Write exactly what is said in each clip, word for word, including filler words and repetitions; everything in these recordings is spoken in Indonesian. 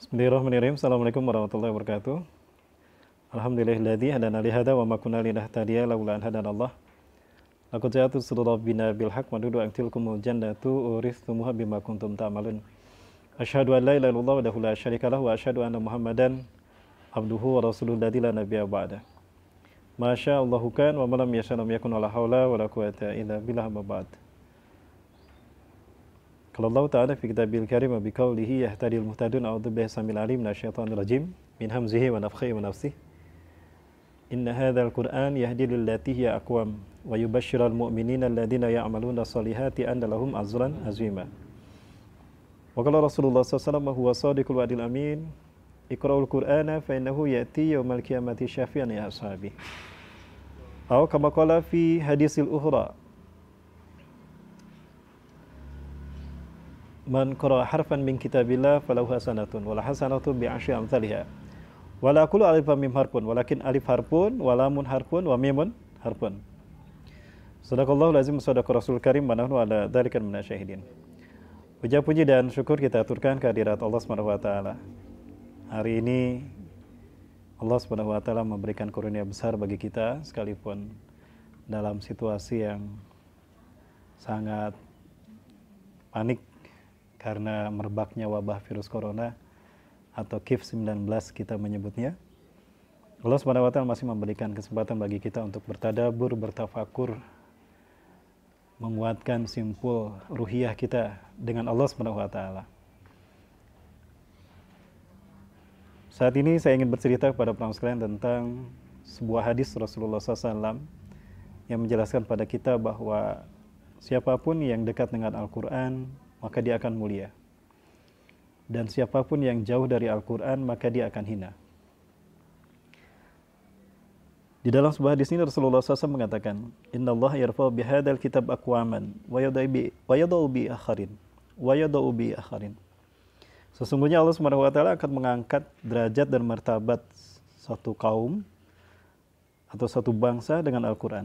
Bismillahirrahmanirrahim. Assalamualaikum warahmatullahi wabarakatuh. Alhamdulillahilladzi hadana li hadza wa ma kunna linahtadiya laula an hadanallah. Laqad ja'atu rusulu rabbina bil haqq wa nudu antilkumul jannatu uristumuha bima kuntum ta'malun. Asyhadu an la ilaha illallah wahdahu la syarika lahu wa asyhadu anna Muhammadan abduhu wa rasuluhu alladzi la nabiyya ba'da. Masya Allahu kan wa ma lam yasha lam yakun wala haula wala quwwata illa billah ma ba'd. Qala Allah Ta'ala fi kitabil karim wa bi qawlihi yahtadil muhtadun a'udzu billahi samil alim minasyaitonir rajim min hamzihi wa nafthihi wa nafsihi. Inna hadzal Qur'an yahdi lil lati hiya aqwam wa yubashshiral mu'minina alladziina ya'maluna shalihati anna lahum ajran azima. Wa qala Rasulullah sallallahu alaihi wasallam huwa shadiqul wa'dil amin. Iqra'ul Qur'ana fa innahu ya'ti yaumal qiyamati syafi'an li ashabi. Aw kama qala fi hadisil ukhra. Man qara'a harfan min kitabillah falahu hasanatun wala hasanatun bi asyri amsalha. Wala aqulu alif lam mim harfun walakin alif harfun wa lamun harfun wa mimun harfun. Sadaqallahul azim wa sadaqa rasul karim wa nahnu ala dzalika minasyahidin. Puja puji dan syukur kita aturkan kehadirat Allah Subhanahu wa taala. Hari ini Allah Subhanahu wa taala memberikan karunia besar bagi kita sekalipun dalam situasi yang sangat panik karena merebaknya wabah virus corona atau covid sembilan belas kita menyebutnya. Allah Subhanahu wa taala masih memberikan kesempatan bagi kita untuk bertadabur, bertafakur, menguatkan simpul ruhiyah kita dengan Allah Subhanahu wa taala. Saat ini saya ingin bercerita kepada para sekalian tentang sebuah hadis Rasulullah sallallahu alaihi wasallam yang menjelaskan pada kita bahwa siapapun yang dekat dengan Al-Quran maka dia akan mulia. Dan siapapun yang jauh dari Al-Quran, maka dia akan hina. Di dalam sebuah hadis ini Rasulullah sallallahu alaihi wasallam mengatakan, Inna Allah yarfa'u bihadal kitab aqwaman, wa yada'u bi akharin, wa yada'u bi akharin. Sesungguhnya Allah subhanahu wa taala akan mengangkat derajat dan martabat satu kaum atau satu bangsa dengan Al-Quran.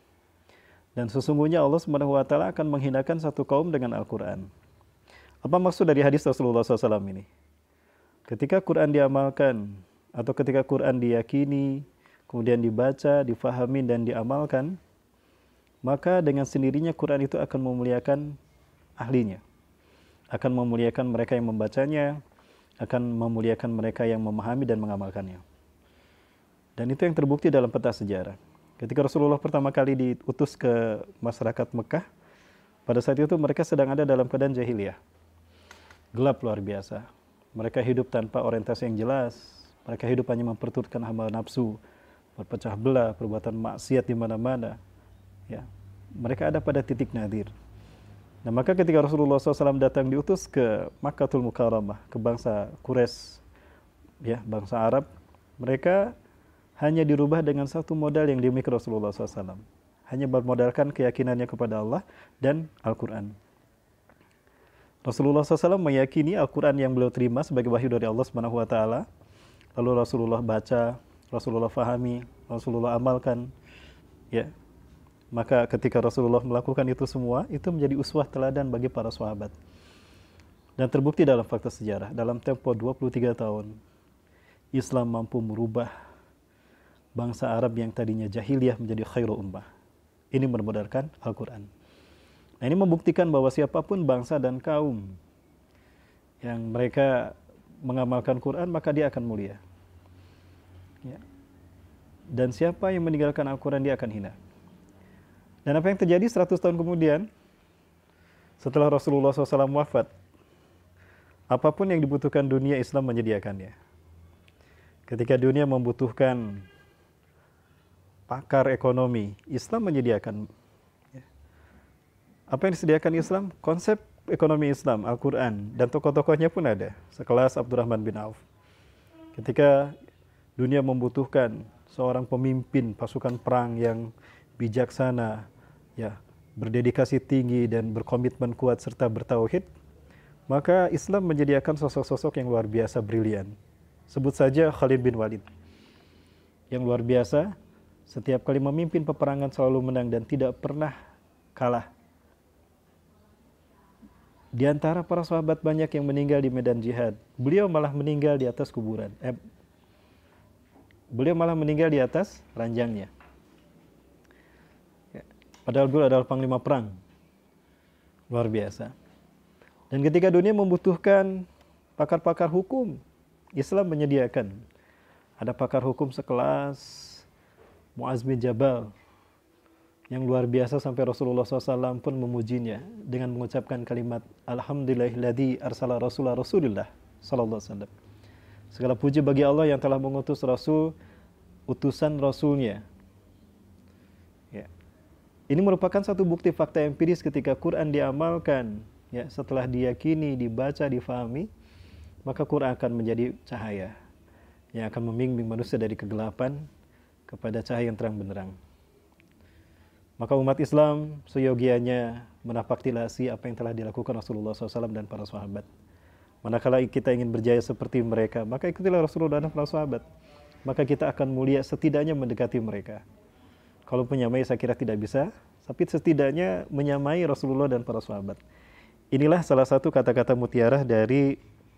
Dan sesungguhnya Allah subhanahu wa taala akan menghinakan satu kaum dengan Al-Quran. Apa maksud dari hadis Rasulullah sallallahu alaihi wasallam ini? Ketika Quran diamalkan, atau ketika Quran diyakini, kemudian dibaca, difahami, dan diamalkan, maka dengan sendirinya Quran itu akan memuliakan ahlinya. Akan memuliakan mereka yang membacanya, akan memuliakan mereka yang memahami dan mengamalkannya. Dan itu yang terbukti dalam peta sejarah. Ketika Rasulullah pertama kali diutus ke masyarakat Mekah, pada saat itu mereka sedang ada dalam keadaan jahiliyah. Gelap luar biasa. Mereka hidup tanpa orientasi yang jelas. Mereka hidup hanya memperturutkan hawa nafsu, berpecah belah, perbuatan maksiat di mana-mana. Ya, mereka ada pada titik nadir. Nah, maka ketika Rasulullah sallallahu alaihi wasallam datang diutus ke Makkatul Mukarramah, ke bangsa Quraisy, ya, bangsa Arab, mereka hanya dirubah dengan satu modal yang dimiliki Rasulullah sallallahu alaihi wasallam. Hanya bermodalkan keyakinannya kepada Allah dan Al-Quran. Rasulullah sallallahu alaihi wasallam meyakini Al-Quran yang beliau terima sebagai wahyu dari Allah subhanahu wa taala. Lalu Rasulullah baca, Rasulullah fahami, Rasulullah amalkan. Ya. Maka ketika Rasulullah melakukan itu semua, itu menjadi uswah teladan bagi para sahabat. Dan terbukti dalam fakta sejarah, dalam tempo dua puluh tiga tahun, Islam mampu merubah bangsa Arab yang tadinya jahiliyah menjadi khairul ummah. Ini bermodalkan Al-Quran. Nah, ini membuktikan bahwa siapapun bangsa dan kaum yang mereka mengamalkan Quran, maka dia akan mulia. Ya. Dan siapa yang meninggalkan Al-Quran, dia akan hina. Dan apa yang terjadi seratus tahun kemudian, setelah Rasulullah sallallahu alaihi wasallam wafat, apapun yang dibutuhkan dunia, Islam menyediakannya. Ketika dunia membutuhkan pakar ekonomi, Islam menyediakan. Apa yang disediakan Islam? Konsep ekonomi Islam, Al-Quran, dan tokoh-tokohnya pun ada, sekelas Abdurrahman bin Auf. Ketika dunia membutuhkan seorang pemimpin pasukan perang yang bijaksana, ya, berdedikasi tinggi dan berkomitmen kuat serta bertauhid, maka Islam menyediakan sosok-sosok yang luar biasa brilian. Sebut saja Khalid bin Walid, yang luar biasa, setiap kali memimpin peperangan selalu menang dan tidak pernah kalah. Di antara para sahabat banyak yang meninggal di medan jihad. Beliau malah meninggal di atas kuburan. Eh, beliau malah meninggal di atas ranjangnya. Ya. Padahal beliau adalah panglima perang. Luar biasa. Dan ketika dunia membutuhkan pakar-pakar hukum, Islam menyediakan. Ada pakar hukum sekelas Mu'adz bin Jabal yang luar biasa sampai Rasulullah shallallahu alaihi wasallam pun memujinya dengan mengucapkan kalimat Alhamdulillahilladzi arsala rasulah Rasulillah sallallahu alaihi wasallam. Segala puji bagi Allah yang telah mengutus Rasul, utusan Rasulnya. Ya. Ini merupakan satu bukti fakta empiris ketika Quran diamalkan, ya, setelah diyakini, dibaca, difahami, maka Quran akan menjadi cahaya yang akan membimbing manusia dari kegelapan kepada cahaya yang terang benderang. Maka umat Islam seyogianya menapaktilasi apa yang telah dilakukan Rasulullah shallallahu alaihi wasallam dan para sahabat. Manakala kita ingin berjaya seperti mereka, maka ikutilah Rasulullah dan para sahabat. Maka kita akan mulia setidaknya mendekati mereka. Kalau menyamai saya kira tidak bisa, tapi setidaknya menyamai Rasulullah dan para sahabat. Inilah salah satu kata-kata mutiara dari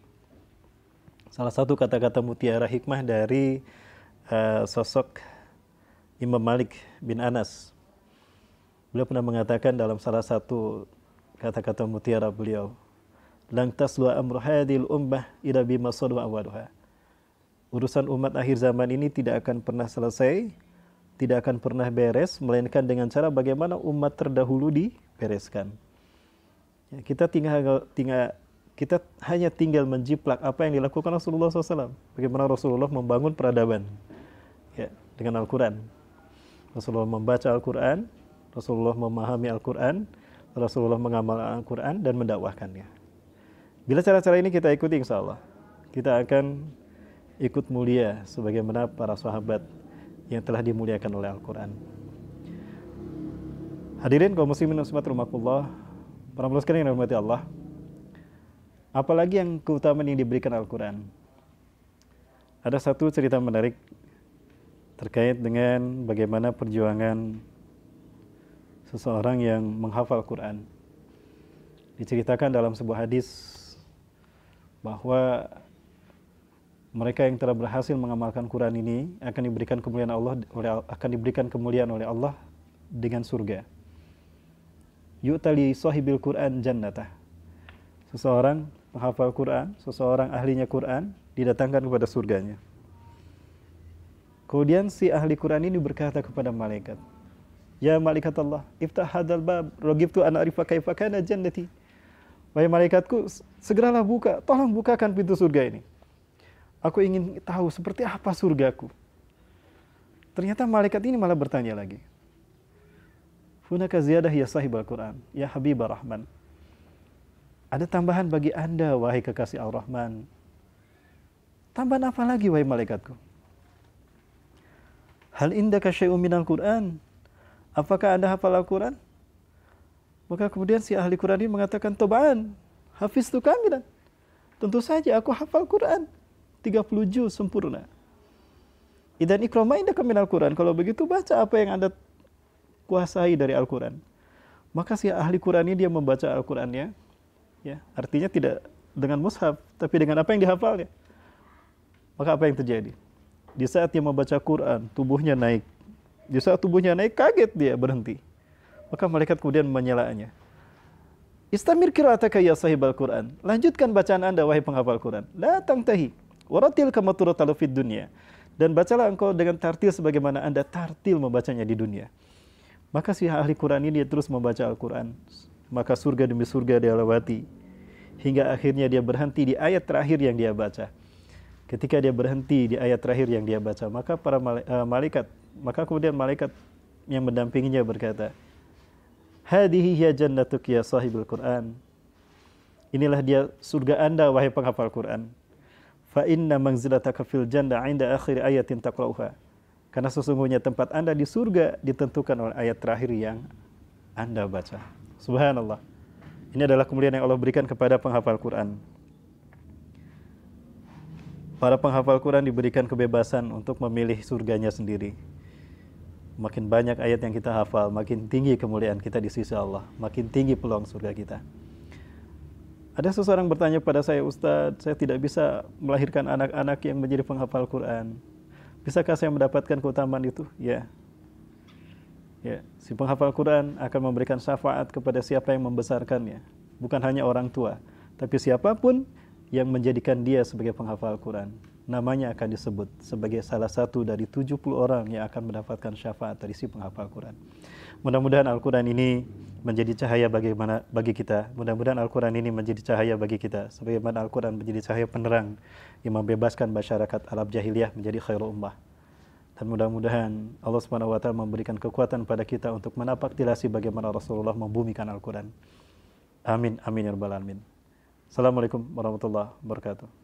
salah satu kata-kata mutiara hikmah dari uh, sosok Imam Malik bin Anas. Beliau pernah mengatakan dalam salah satu kata-kata mutiara beliau, "Lang taslu amru hadhil ummah ila bima sadu awaduha." Urusan umat akhir zaman ini tidak akan pernah selesai, tidak akan pernah beres, melainkan dengan cara bagaimana umat terdahulu dibereskan. Ya, kita tinggal, tinggal, kita hanya tinggal menjiplak apa yang dilakukan Rasulullah shallallahu alaihi wasallam. Bagaimana Rasulullah membangun peradaban, ya, dengan Al-Quran. Rasulullah membaca Al-Quran, Rasulullah memahami Al-Quran, Rasulullah mengamalkan Al-Quran dan mendakwahkannya. Bila cara-cara ini kita ikuti, insya Allah kita akan ikut mulia sebagaimana para sahabat yang telah dimuliakan oleh Al-Quran. Hadirin kaum muslimin muslimat rahimakumullah, para muslimin sekalian yang dirahmati Allah, apalagi yang keutamaan yang diberikan Al-Quran. Ada satu cerita menarik terkait dengan bagaimana perjuangan seseorang yang menghafal Quran. Diceritakan dalam sebuah hadis bahwa mereka yang telah berhasil mengamalkan Quran ini akan diberikan kemuliaan Allah oleh akan diberikan kemuliaan oleh Allah dengan surga. Yu'tali sahibil Quran jannatah. Seseorang menghafal Quran, seseorang ahlinya Quran didatangkan kepada surganya. Kemudian si ahli Quran ini berkata kepada malaikat, "Ya malaikat Allah, iftah hadzal bab, ragibtu an a'rifa kaifa kana jannati." Wahai malaikatku, segeralah buka, tolong bukakan pintu surga ini. Aku ingin tahu seperti apa surgaku. Ternyata malaikat ini malah bertanya lagi. Hunaka ziyadah ya sahibal Quran, ya habibur rahman. Ada tambahan bagi Anda, wahai kekasih Ar-Rahman. Tambahan apa lagi, wahai malaikatku? Hal indaka syai'un minal Quran? Apakah Anda hafal Al-Quran? Maka kemudian si ahli Quran ini mengatakan, Tobaan, hafiztu kamilan. Tentu saja aku hafal Quran. tiga puluh juz sempurna. Idan ikrama indaka minal Quran. Kalau begitu baca apa yang Anda kuasai dari Al-Quran. Maka si ahli Quran ini dia membaca Al-Qurannya. Ya, artinya tidak dengan mushaf, tapi dengan apa yang dihafalnya. Maka apa yang terjadi? Di saat dia membaca Quran, tubuhnya naik. Di saat tubuhnya naik, kaget dia, berhenti. Maka malaikat kemudian menyelanya. Istamir qira'ataka ya sahibal Quran. Lanjutkan bacaan Anda, wahai penghafal Quran. La tangtahi. Waratil kama turatalu fid dunya. Dan bacalah engkau dengan tartil sebagaimana Anda tartil membacanya di dunia. Maka si ahli Quran ini dia terus membaca Al-Quran. Maka surga demi surga dia lewati. Hingga akhirnya dia berhenti di ayat terakhir yang dia baca. Ketika dia berhenti di ayat terakhir yang dia baca, maka para malaikat, maka kemudian malaikat yang mendampinginya berkata, Hadihi hiya jannatuk ya sahibul Quran. Inilah dia surga Anda, wahai penghafal Quran. Fa inna manzilataka fil jannah 'inda akhir ayatin taqra'uha. Karena sesungguhnya tempat Anda di surga ditentukan oleh ayat terakhir yang Anda baca. Subhanallah. Ini adalah kemuliaan yang Allah berikan kepada penghafal Quran. Para penghafal Quran diberikan kebebasan untuk memilih surganya sendiri. Makin banyak ayat yang kita hafal, makin tinggi kemuliaan kita di sisi Allah, makin tinggi peluang surga kita. Ada seseorang bertanya pada saya, Ustadz, saya tidak bisa melahirkan anak-anak yang menjadi penghafal Quran. Bisakah saya mendapatkan keutamaan itu? Ya. Ya, si penghafal Quran akan memberikan syafaat kepada siapa yang membesarkannya. Bukan hanya orang tua, tapi siapapun yang menjadikan dia sebagai penghafal Quran. Namanya akan disebut sebagai salah satu dari tujuh puluh orang yang akan mendapatkan syafaat dari si penghafal Quran. Mudah-mudahan Al-Quran ini menjadi cahaya bagaimana bagi kita. Mudah-mudahan Al-Quran ini menjadi cahaya bagi kita. Sebagaimana Al-Quran menjadi cahaya penerang yang membebaskan masyarakat Arab jahiliyah menjadi khairul ummah. Dan mudah-mudahan Allah Subhanahu wa taala memberikan kekuatan pada kita untuk menapaktilasi bagaimana Rasulullah membumikan Al-Quran. Amin, amin ya rabbal alamin. Assalamualaikum warahmatullahi wabarakatuh.